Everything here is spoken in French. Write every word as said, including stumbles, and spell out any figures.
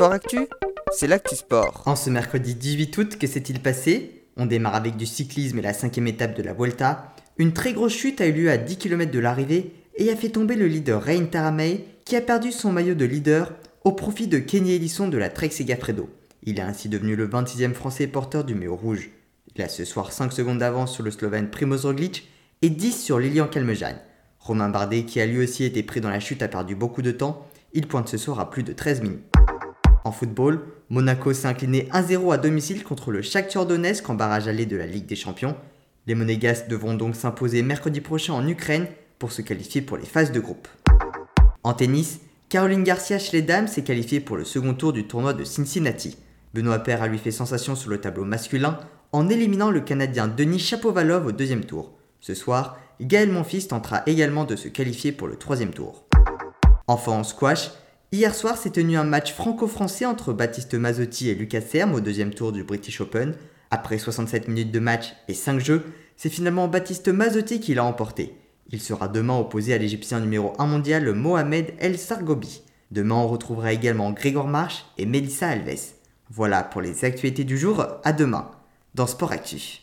Sport Actu, c'est l'actu sport. En ce mercredi dix-huit août, que s'est-il passé? On démarre avec du cyclisme et la cinquième étape de la Vuelta. Une très grosse chute a eu lieu à dix kilomètres de l'arrivée et a fait tomber le leader Rein Taramei qui a perdu son maillot de leader au profit de Kenny Elissonde de la Trek Segafredo. Il est ainsi devenu le vingt-sixième français porteur du maillot rouge. Il a ce soir cinq secondes d'avance sur le Slovène Primož Roglič et dix sur Lilian Calmejane. Romain Bardet, qui a lui aussi été pris dans la chute, a perdu beaucoup de temps. Il pointe ce soir à plus de treize minutes. En football, Monaco s'est incliné un zéro à domicile contre le Shakhtar Donetsk en barrage aller de la Ligue des Champions. Les Monégasques devront donc s'imposer mercredi prochain en Ukraine pour se qualifier pour les phases de groupe. En tennis, Caroline Garcia chez les dames s'est qualifiée pour le second tour du tournoi de Cincinnati. Benoît Paire a lui fait sensation sur le tableau masculin en éliminant le Canadien Denis Shapovalov au deuxième tour. Ce soir, Gaël Monfils tentera également de se qualifier pour le troisième tour. Enfin en squash, hier soir s'est tenu un match franco-français entre Baptiste Mazzotti et Lucas Serme au deuxième tour du British Open. Après soixante-sept minutes de match et cinq jeux, c'est finalement Baptiste Mazzotti qui l'a emporté. Il sera demain opposé à l'Égyptien numéro un mondial Mohamed El Sargobi. Demain on retrouvera également Grégoire Marche et Melissa Alves. Voilà pour les actualités du jour, à demain dans Sport Actu.